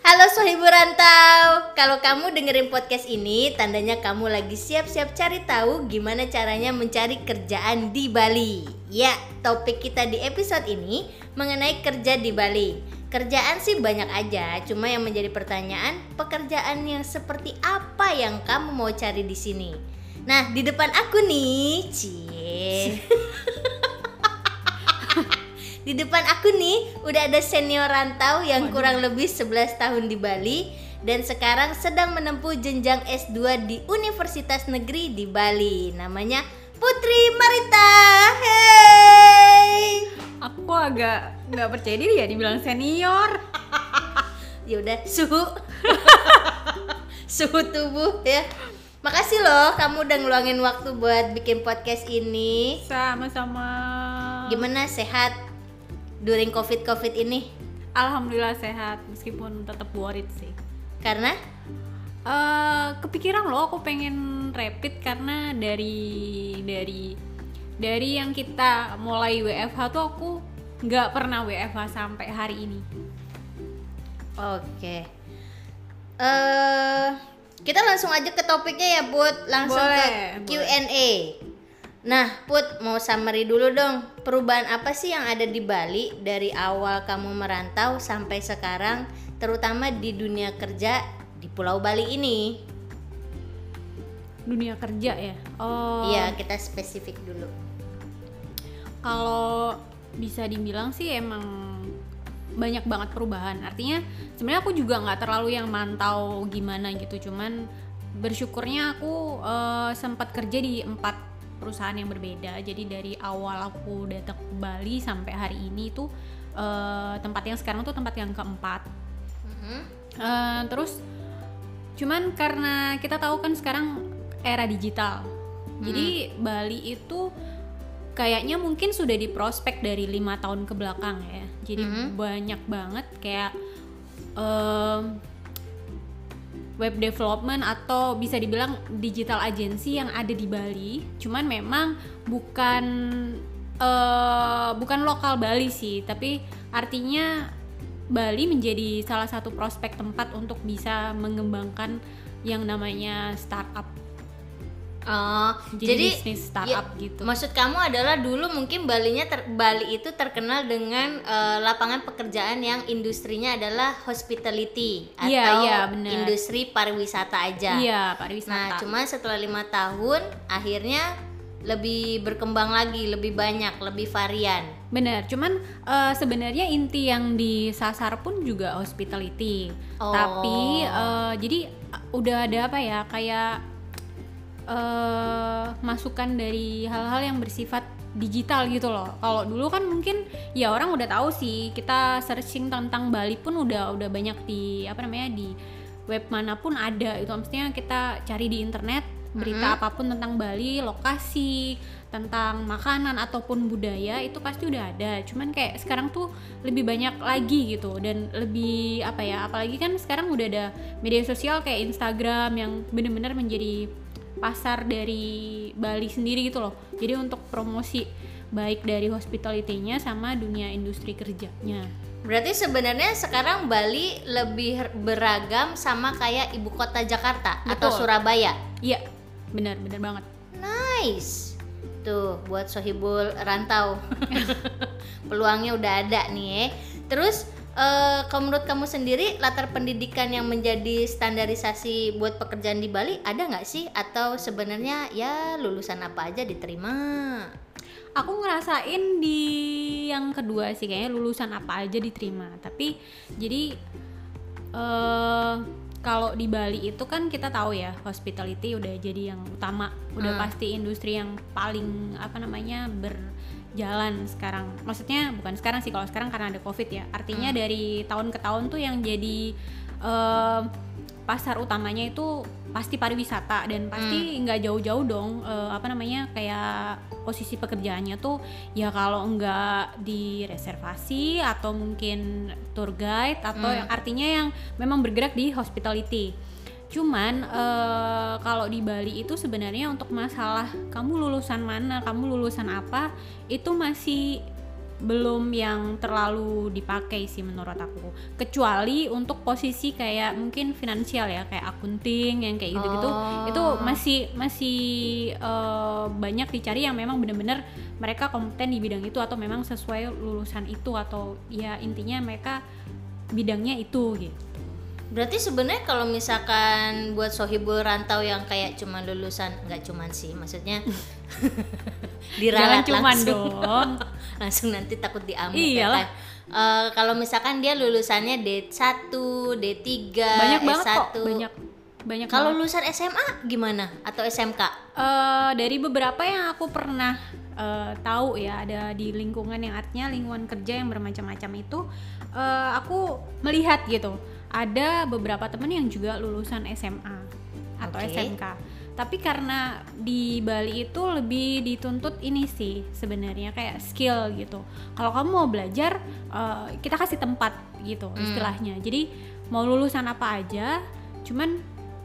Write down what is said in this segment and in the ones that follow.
Halo Sohibul Rantau, kalau kamu dengerin podcast ini, tandanya kamu lagi siap-siap cari tahu gimana caranya mencari kerjaan di Bali. Ya, topik kita di episode ini mengenai kerja di Bali. Kerjaan sih banyak aja, cuma yang menjadi pertanyaan, pekerjaan yang seperti apa yang kamu mau cari di sini? Nah, di depan aku nih, Di depan aku nih udah ada senior rantau yang kurang lebih 11 tahun di Bali dan sekarang sedang menempuh jenjang S2 di Universitas Negeri di Bali. Namanya Putri Marita. Hey. Aku agak nggak percaya diri ya dibilang senior. Ya udah, suhu tubuh ya. Makasih loh kamu udah ngeluangin waktu buat bikin podcast ini. Sama-sama. Gimana, sehat during COVID ini? Alhamdulillah sehat, meskipun tetap worried sih. Karena? Kepikiran loh aku pengen rapid karena dari yang kita mulai WFH tuh aku nggak pernah WFH sampai hari ini. Oke. Kita langsung aja ke topiknya ya, Put. Langsung Boleh, ke Q&A. Nah, Put, mau summary dulu dong. Perubahan apa sih yang ada di Bali dari awal kamu merantau sampai sekarang, terutama di dunia kerja di Pulau Bali ini? Dunia kerja ya? Iya, kita spesifik dulu. Kalau bisa dibilang sih emang banyak banget perubahan. Artinya sebenarnya aku juga nggak terlalu yang mantau gimana gitu. Cuman bersyukurnya aku sempat kerja di 4 perusahaan yang berbeda. Jadi dari awal aku datang ke Bali sampai hari ini tuh tempat yang sekarang tuh tempat yang keempat. Terus cuman karena kita tahu kan sekarang era digital. Jadi Bali itu kayaknya mungkin sudah diprospek dari 5 tahun ke belakang ya. Jadi banyak banget kayak web development atau bisa dibilang digital agency yang ada di Bali. Cuman memang bukan lokal Bali sih, tapi artinya Bali menjadi salah satu prospek tempat untuk bisa mengembangkan yang namanya startup. Jadi bisnis startup ya, gitu. Maksud kamu adalah dulu mungkin Bali itu terkenal dengan lapangan pekerjaan yang industrinya adalah hospitality atau industri pariwisata aja. Iya, pariwisata. Nah, cuma setelah 5 tahun akhirnya lebih berkembang lagi, lebih banyak, lebih varian. Bener, cuman sebenarnya inti yang disasar pun juga hospitality. Tapi jadi udah ada apa ya, kayak masukan dari hal-hal yang bersifat digital gitu loh. Kalau dulu kan mungkin ya orang udah tahu sih, kita searching tentang Bali pun udah banyak di di web manapun ada itu. Maksudnya kita cari di internet berita apapun tentang Bali, lokasi, tentang makanan ataupun budaya itu pasti udah ada. Cuman kayak sekarang tuh lebih banyak lagi gitu, dan lebih apalagi kan sekarang udah ada media sosial kayak Instagram yang benar-benar menjadi pasar dari Bali sendiri gitu loh. Jadi untuk promosi baik dari hospitality-nya sama dunia industri kerjanya. Berarti sebenarnya sekarang Bali lebih beragam sama kayak ibu kota Jakarta. Betul. Atau Surabaya. Iya, benar banget. Nice. Tuh buat Sohibul Rantau. Peluangnya udah ada nih. Terus kalau menurut kamu sendiri latar pendidikan yang menjadi standarisasi buat pekerjaan di Bali ada nggak sih, atau sebenarnya ya lulusan apa aja diterima? Aku ngerasain di yang kedua sih, kayaknya lulusan apa aja diterima. Tapi jadi kalau di Bali itu kan kita tahu ya, hospitality udah jadi yang utama, udah pasti industri yang paling berjalan sekarang. Maksudnya bukan sekarang sih, kalau sekarang karena ada COVID ya. Artinya dari tahun ke tahun tuh yang jadi pasar utamanya itu pasti pariwisata, dan pasti nggak jauh-jauh dong kayak posisi pekerjaannya tuh ya kalau nggak di reservasi atau mungkin tour guide atau yang artinya yang memang bergerak di hospitality. Cuman kalau di Bali itu sebenarnya untuk masalah kamu lulusan mana, kamu lulusan apa, itu masih belum yang terlalu dipakai sih menurut aku, kecuali untuk posisi kayak mungkin finansial ya, kayak akunting yang kayak gitu-gitu. Itu masih banyak dicari yang memang benar-benar mereka kompeten di bidang itu atau memang sesuai lulusan itu, atau ya intinya mereka bidangnya itu gitu. Berarti sebenarnya kalau misalkan buat sohibul rantau yang kayak cuma lulusan, nggak cuman sih, maksudnya diralat cuman langsung dong. langsung nanti takut diamuk. Iyalah. Kalau misalkan dia lulusannya D1, D3, Banyak S1. banget kok, banyak Kalau banget. lulusan SMA gimana? Atau SMK? Dari beberapa yang aku pernah tahu ya, ada di lingkungan yang artinya lingkungan kerja yang bermacam-macam itu, aku melihat gitu, ada beberapa temen yang juga lulusan SMA atau Oke. SMK. Tapi karena di Bali itu lebih dituntut ini sih sebenarnya, kayak skill gitu. Kalau kamu mau belajar, kita kasih tempat gitu istilahnya. Jadi mau lulusan apa aja, cuman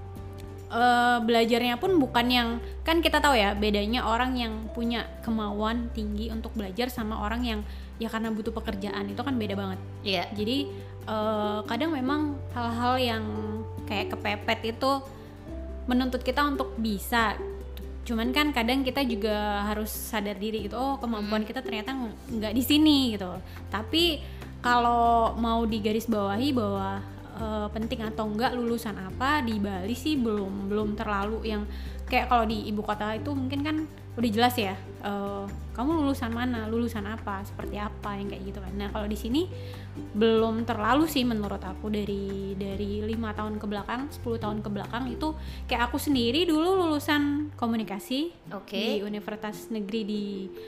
belajarnya pun bukan yang, kan kita tahu ya bedanya orang yang punya kemauan tinggi untuk belajar sama orang yang ya karena butuh pekerjaan, itu kan beda banget. Iya. Jadi kadang memang hal-hal yang kayak kepepet itu menuntut kita untuk bisa, cuman kan kadang kita juga harus sadar diri gitu, oh kemampuan kita ternyata nggak di sini gitu. Tapi kalau mau digarisbawahi bahwa penting atau enggak lulusan apa, di Bali sih belum terlalu yang kayak kalau di ibu kota itu mungkin kan udah jelas ya, kamu lulusan mana, lulusan apa, seperti apa yang kayak gitu kan. Nah kalau di sini belum terlalu sih menurut aku, dari 5 tahun ke belakang, 10 tahun ke belakang itu kayak aku sendiri dulu lulusan komunikasi di Universitas Negeri di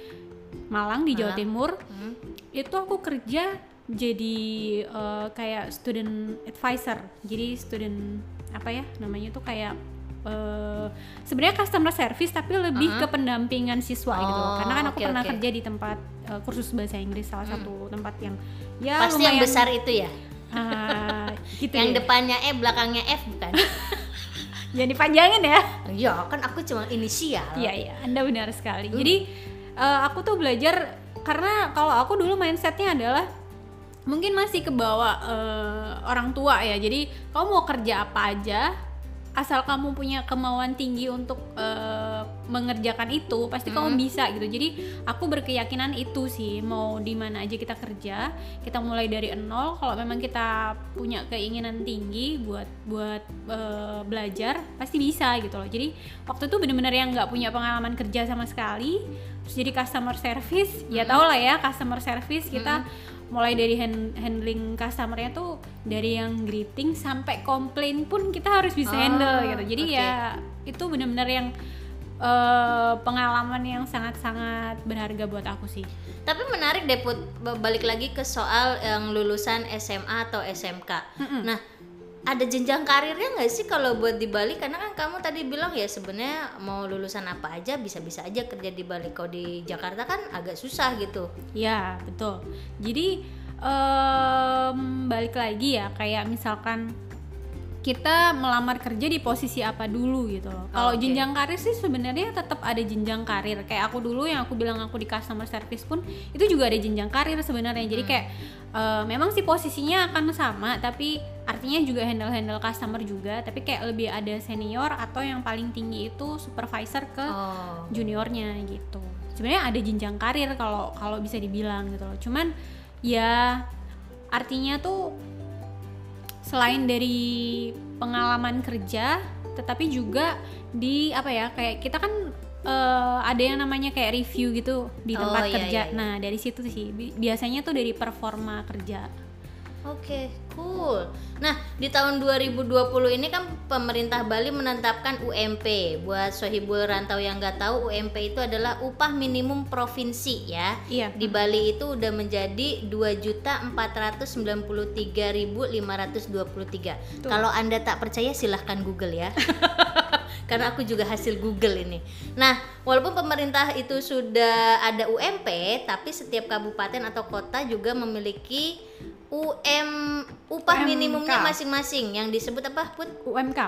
Malang di Jawa Timur. Itu aku kerja jadi kayak student advisor, jadi student apa ya namanya tuh, kayak sebenarnya customer service tapi lebih ke pendampingan siswa gitu, karena kan aku pernah kerja di tempat kursus bahasa Inggris, salah satu tempat yang ya pasti lumayan yang besar itu ya, gitu yang ya. depannya E belakangnya F bukan? Jangan dipanjangin ya. Ya kan aku cuma inisial. Iya, Anda benar sekali. Jadi aku tuh belajar, karena kalau aku dulu mindsetnya adalah mungkin masih kebawa orang tua ya. Jadi kamu mau kerja apa aja, asal kamu punya kemauan tinggi untuk mengerjakan itu, pasti kamu bisa gitu. Jadi aku berkeyakinan itu sih, mau di mana aja kita kerja, kita mulai dari nol. Kalau memang kita punya keinginan tinggi buat belajar, pasti bisa gitu loh. Jadi waktu itu bener-bener yang nggak punya pengalaman kerja sama sekali, terus jadi customer service. Ya tau lah ya, customer service kita mulai dari handling customernya tuh, dari yang greeting sampai komplain pun kita harus bisa handle gitu. Jadi ya itu benar-benar yang pengalaman yang sangat-sangat berharga buat aku sih. Tapi menarik deh Put, balik lagi ke soal yang lulusan SMA atau SMK. Nah, ada jenjang karirnya nggak sih kalau buat di Bali? Karena kan kamu tadi bilang ya sebenarnya mau lulusan apa aja bisa-bisa aja kerja di Bali. Kalau di Jakarta kan agak susah gitu. Ya betul. Jadi balik lagi ya, kayak misalkan kita melamar kerja di posisi apa dulu gitu loh. Kalau jenjang karir sih sebenarnya tetap ada jenjang karir. Kayak aku dulu yang aku bilang aku di customer service pun itu juga ada jenjang karir sebenarnya. Jadi kayak memang sih posisinya akan sama, tapi artinya juga handle customer juga, tapi kayak lebih ada senior atau yang paling tinggi itu supervisor ke juniornya gitu. Sebenarnya ada jenjang karir kalau bisa dibilang gitu loh. Cuman ya artinya tuh selain dari pengalaman kerja, tetapi juga di apa ya, kayak kita kan ada yang namanya kayak review gitu di tempat kerja. Nah dari situ sih biasanya tuh dari performa kerja. Oke, cool. Nah, di tahun 2020 ini kan pemerintah Bali menetapkan UMP. Buat sohibul rantau yang nggak tahu, UMP itu adalah upah minimum provinsi ya. Iya. Di Bali itu udah menjadi 2.493.523. Kalau Anda tak percaya silahkan Google ya. Karena aku juga hasil Google ini. Nah, walaupun pemerintah itu sudah ada UMP, tapi setiap kabupaten atau kota juga memiliki upah minimumnya masing-masing yang disebut apa, Put? UMK.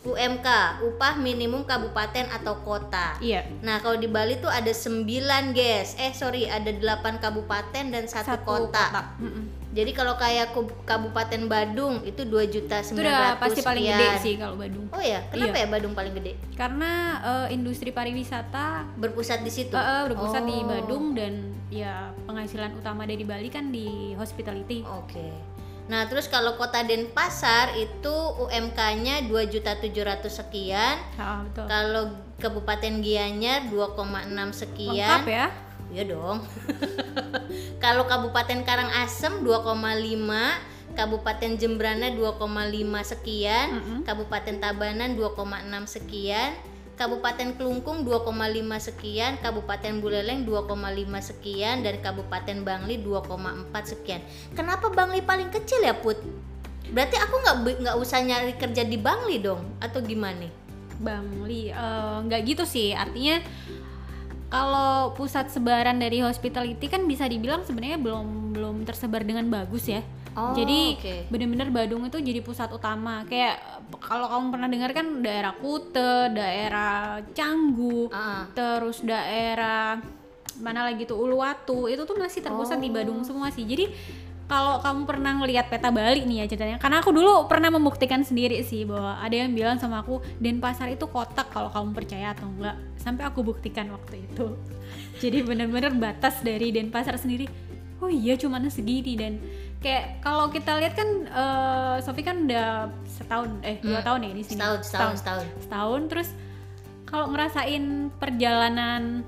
UMK, upah minimum kabupaten atau kota. Iya. Nah, kalau di Bali tuh ada 9 guys. Ada 8 kabupaten dan 1 kota. Jadi kalau kayak Kabupaten Badung itu 2.900.000. Itu udah pasti paling gede sekian. sih kalau Badung. Oh ya, kenapa ya Badung paling gede? Karena industri pariwisata Berpusat di situ. berpusat di Badung, dan ya penghasilan utama dari Bali kan di hospitality. Oke. Nah, terus kalau Kota Denpasar itu UMK-nya 2.700.000 sekian. Betul. Kalau Kabupaten Gianyar 2,6 sekian. Lengkap ya? Iya dong. Kalau Kabupaten Karangasem 2,5, Kabupaten Jembrana 2,5 sekian, Kabupaten Tabanan 2,6 sekian, Kabupaten Klungkung 2,5 sekian, Kabupaten Buleleng 2,5 sekian, dan Kabupaten Bangli 2,4 sekian. Kenapa Bangli paling kecil ya, Put? Berarti aku nggak usah nyari kerja di Bangli dong, atau gimana? Bangli nggak gitu sih, artinya kalau pusat sebaran dari hospitality kan bisa dibilang sebenarnya belum tersebar dengan bagus ya. Jadi benar-benar Badung itu jadi pusat utama. Kayak kalau kamu pernah dengar kan daerah Kute, daerah Canggu, terus daerah mana lagi tuh Uluwatu, itu tuh masih terpusat di Badung semua sih. Jadi kalau kamu pernah ngelihat peta Bali nih ya ceritanya, karena aku dulu pernah membuktikan sendiri sih bahwa ada yang bilang sama aku Denpasar itu kotak, kalau kamu percaya atau enggak, sampai aku buktikan waktu itu. Jadi benar-benar batas dari Denpasar sendiri, oh iya cuma segini. Dan kayak kalau kita lihat kan Sofi kan udah setahun 2 tahun ya di sini. Setahun. Terus kalau ngerasain perjalanan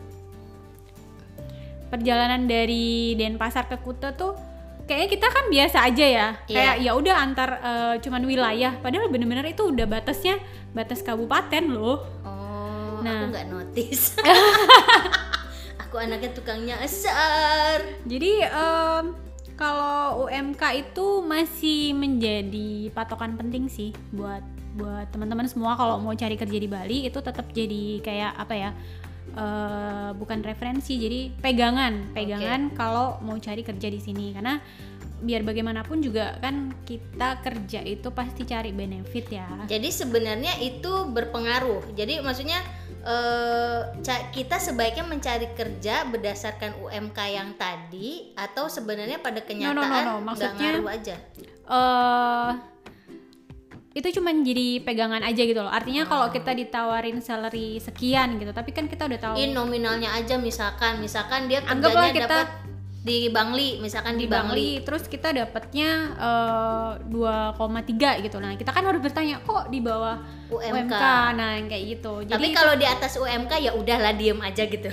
dari Denpasar ke Kuta tuh kayaknya kita kan biasa aja ya, kayak ya udah antar cuman wilayah, padahal bener-bener itu udah batas kabupaten loh. Aku nggak notice. Aku anaknya tukangnya asar. Jadi kalau UMK itu masih menjadi patokan penting sih buat teman-teman semua kalau mau cari kerja di Bali, itu tetap jadi kayak apa ya? Bukan referensi, jadi pegangan kalau mau cari kerja di sini, karena biar bagaimanapun juga kan kita kerja itu pasti cari benefit ya. Jadi sebenarnya itu berpengaruh. Jadi maksudnya kita sebaiknya mencari kerja berdasarkan UMK yang tadi, atau sebenarnya pada kenyataan nggak ngaruh aja? Itu cuma jadi pegangan aja gitu loh. Artinya kalau kita ditawarin salary sekian gitu, tapi kan kita udah tahu nominalnya aja, misalkan dia kerjanya dapat di Bangli, misalkan di Bangli, terus kita dapatnya 2,3 gitu. Nah, kita kan harus bertanya kok di bawah UMK. Nah, yang kayak gitu. Tapi kalau di atas UMK ya udahlah, diem aja gitu.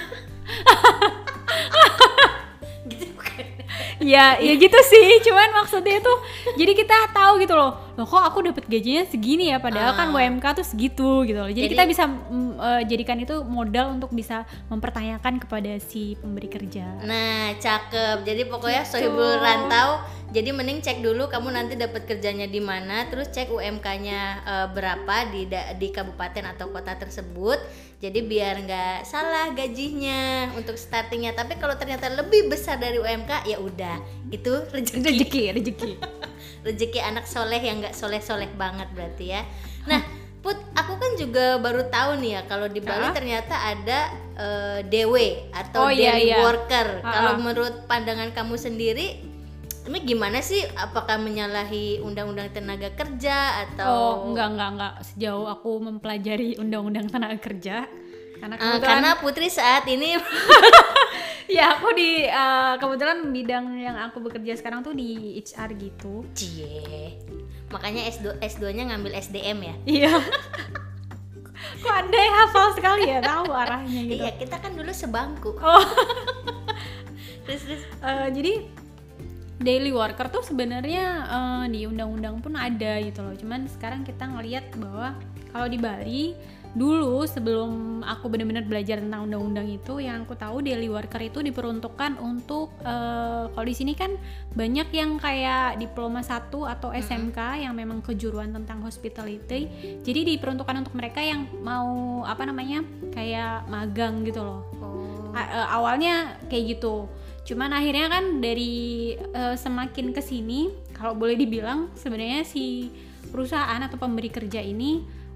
ya gitu sih, cuman maksudnya itu jadi kita tahu gitu loh kok aku dapat gajinya segini ya, padahal kan UMK tuh segitu gitu loh. Jadi kita bisa jadikan itu modal untuk bisa mempertanyakan kepada si pemberi kerja. Nah, cakep. Jadi pokoknya Sohibul Rantau, jadi mending cek dulu kamu nanti dapat kerjanya di mana, terus cek UMK-nya berapa di kabupaten atau kota tersebut. Jadi biar nggak salah gajinya untuk startingnya. Tapi kalau ternyata lebih besar dari UMK, ya udah, itu rezeki. Rezeki anak soleh yang nggak soleh banget berarti ya. Nah, Put, aku kan juga baru tahu nih ya kalau di Bali ternyata ada DW atau daily worker. Kalau menurut pandangan kamu sendiri, ini gimana sih? Apakah menyalahi undang-undang tenaga kerja atau? Enggak. Sejauh aku mempelajari undang-undang tenaga kerja, karena Putri saat ini ya aku di kebetulan bidang yang aku bekerja sekarang tuh di HR gitu. Makanya S2-nya ngambil SDM ya? Iya. Kok Anda hafal sekali ya, tahu arahnya gitu. Iya, kita kan dulu sebangku. Terus jadi daily worker tuh sebenarnya di undang-undang pun ada gitu loh. Cuman sekarang kita ngelihat bahwa kalau di Bali dulu sebelum aku benar-benar belajar tentang undang-undang itu, yang aku tahu daily worker itu diperuntukkan untuk kalau di sini kan banyak yang kayak diploma 1 atau SMK yang memang kejuruan tentang hospitality. Jadi diperuntukkan untuk mereka yang mau kayak magang gitu loh. Awalnya kayak gitu. Cuman akhirnya kan dari semakin kesini, kalau boleh dibilang sebenarnya si perusahaan atau pemberi kerja ini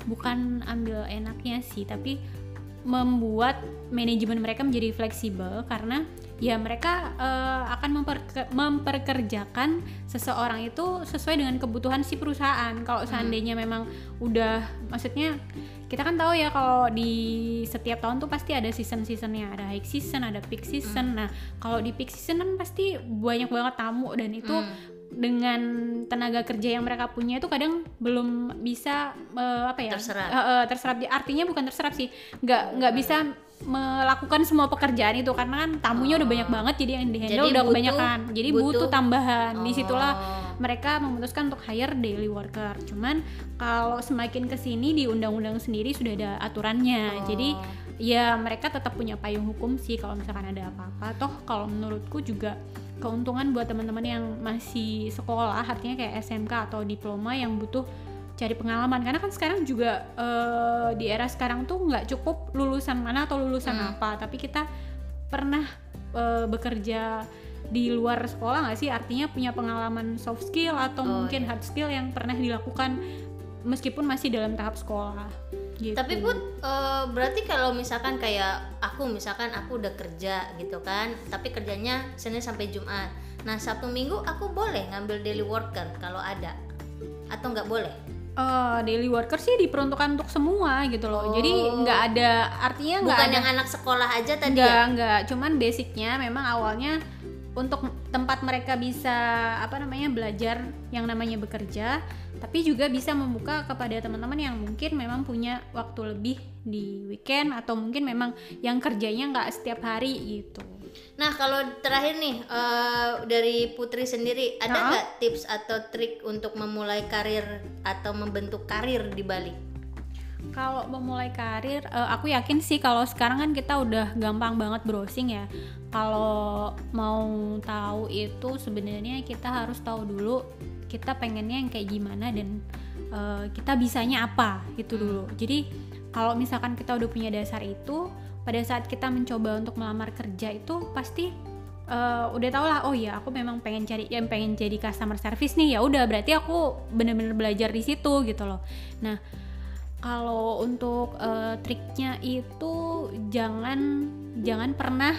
bukan ambil enaknya sih, tapi membuat manajemen mereka menjadi fleksibel, karena ya mereka akan memperkerjakan seseorang itu sesuai dengan kebutuhan si perusahaan. Kalau seandainya memang udah, maksudnya kita kan tahu ya kalau di setiap tahun tuh pasti ada season-seasonnya, ada high season, ada peak season. Nah kalau di peak season kan pasti banyak banget tamu, dan itu dengan tenaga kerja yang mereka punya itu kadang belum bisa terserap. Artinya bukan terserap sih, nggak bisa melakukan semua pekerjaan itu, karena kan tamunya udah banyak banget, jadi yang dihandle udah kebanyakan, jadi butuh tambahan. Disitulah mereka memutuskan untuk hire daily worker. Cuman kalau semakin kesini di undang-undang sendiri sudah ada aturannya, jadi ya mereka tetap punya payung hukum sih kalau misalkan ada apa-apa. Toh kalau menurutku juga keuntungan buat teman-teman yang masih sekolah, artinya kayak SMK atau diploma yang butuh cari pengalaman, karena kan sekarang juga di era sekarang tuh nggak cukup lulusan mana atau lulusan apa, tapi kita pernah bekerja di luar sekolah nggak sih, artinya punya pengalaman soft skill atau mungkin hard skill yang pernah dilakukan meskipun masih dalam tahap sekolah gitu. Tapi Put, berarti kalau misalkan kayak aku udah kerja gitu kan, tapi kerjanya Senin sampai Jumat, nah Sabtu Minggu aku boleh ngambil daily worker kalau ada, atau nggak boleh? Daily worker sih diperuntukkan untuk semua gitu loh. Jadi nggak ada, artinya nggak bukan ada yang anak sekolah aja tadi nggak, cuman basicnya memang awalnya untuk tempat mereka bisa belajar yang namanya bekerja, tapi juga bisa membuka kepada teman-teman yang mungkin memang punya waktu lebih di weekend, atau mungkin memang yang kerjanya nggak setiap hari gitu. Nah kalau terakhir nih dari Putri sendiri, ada nggak tips atau trik untuk memulai karir atau membentuk karir di Bali? Kalau memulai karir, aku yakin sih kalau sekarang kan kita udah gampang banget browsing ya. Kalau mau tahu itu sebenarnya kita harus tahu dulu kita pengennya yang kayak gimana, dan kita bisanya apa gitu dulu. Jadi kalau misalkan kita udah punya dasar itu, pada saat kita mencoba untuk melamar kerja itu pasti udah tau lah, oh ya aku memang pengen jadi customer service nih, ya udah berarti aku bener-bener belajar di situ gitu loh. Nah kalau untuk triknya itu jangan pernah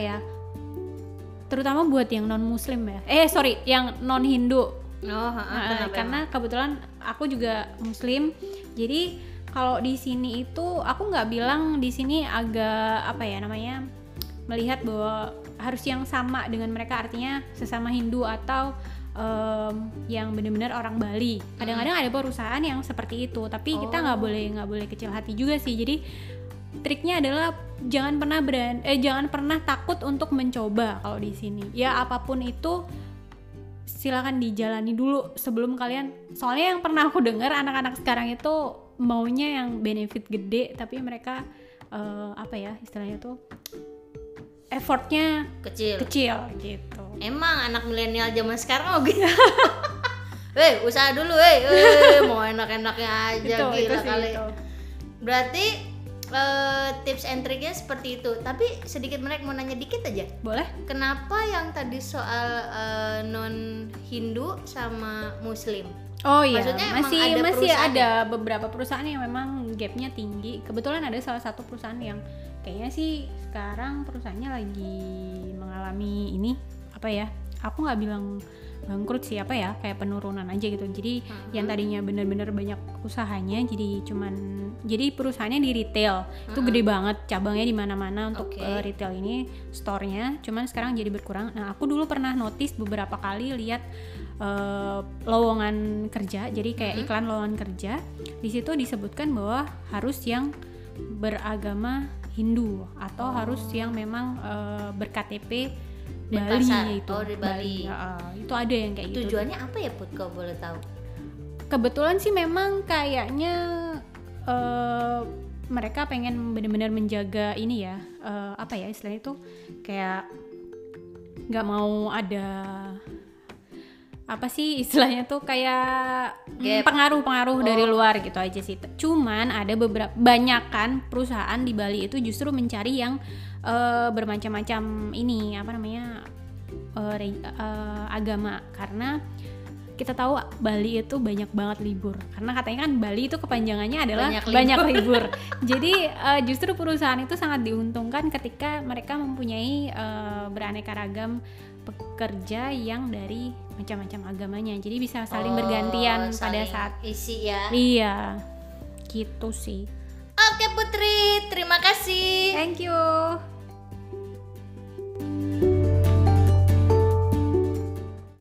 terutama buat yang non muslim ya, yang non Hindu. Karena kebetulan aku juga muslim, jadi kalau di sini itu aku nggak bilang di sini agak melihat bahwa harus yang sama dengan mereka, artinya sesama Hindu atau yang benar-benar orang Bali. Kadang-kadang ada perusahaan yang seperti itu, tapi kita nggak boleh kecil hati juga sih. Jadi triknya adalah jangan pernah takut untuk mencoba kalau di sini. Ya apapun itu silakan dijalani dulu sebelum kalian. Soalnya yang pernah aku dengar, anak-anak sekarang itu maunya yang benefit gede, tapi mereka istilahnya tuh effortnya kecil gitu. Emang anak milenial zaman sekarang gitu. Usaha dulu, mau enak-enaknya aja, gila kali. Berarti tips and triknya seperti itu. Tapi sedikit mau nanya dikit aja. Boleh? Kenapa yang tadi soal non Hindu sama Muslim? Oh iya, maksudnya masih ada beberapa perusahaan yang memang gapnya tinggi. Kebetulan ada salah satu perusahaan yang kayaknya sih sekarang perusahaannya lagi mengalami aku nggak bilang bangkrut sih, kayak penurunan aja gitu. Jadi yang tadinya benar-benar banyak usahanya, jadi perusahaannya di retail itu gede banget, cabangnya di mana-mana untuk retail ini, store-nya. Cuman sekarang jadi berkurang. Nah aku dulu pernah notice beberapa kali lihat lowongan kerja, jadi kayak iklan lowongan kerja. Di situ disebutkan bahwa harus yang beragama Hindu atau harus yang memang ber-KTP Bali itu. Di Bali. Itu ada yang kayak gitu. Tujuannya apa ya Put, kalau boleh tahu? Kebetulan sih memang kayaknya mereka pengen benar-benar menjaga ini ya, istilahnya itu kayak nggak mau ada istilahnya tuh kayak pengaruh dari luar gitu aja sih. Cuman ada banyakan perusahaan di Bali itu justru mencari yang bermacam-macam agama, karena kita tahu Bali itu banyak banget libur, karena katanya kan Bali itu kepanjangannya adalah Banyak banyak libur. Jadi justru perusahaan itu sangat diuntungkan ketika mereka mempunyai beraneka ragam pekerja yang dari macam-macam agamanya, jadi bisa saling bergantian pada saling saat isi ya. iya gitu sih. Oke Putri, terima kasih. Thank you.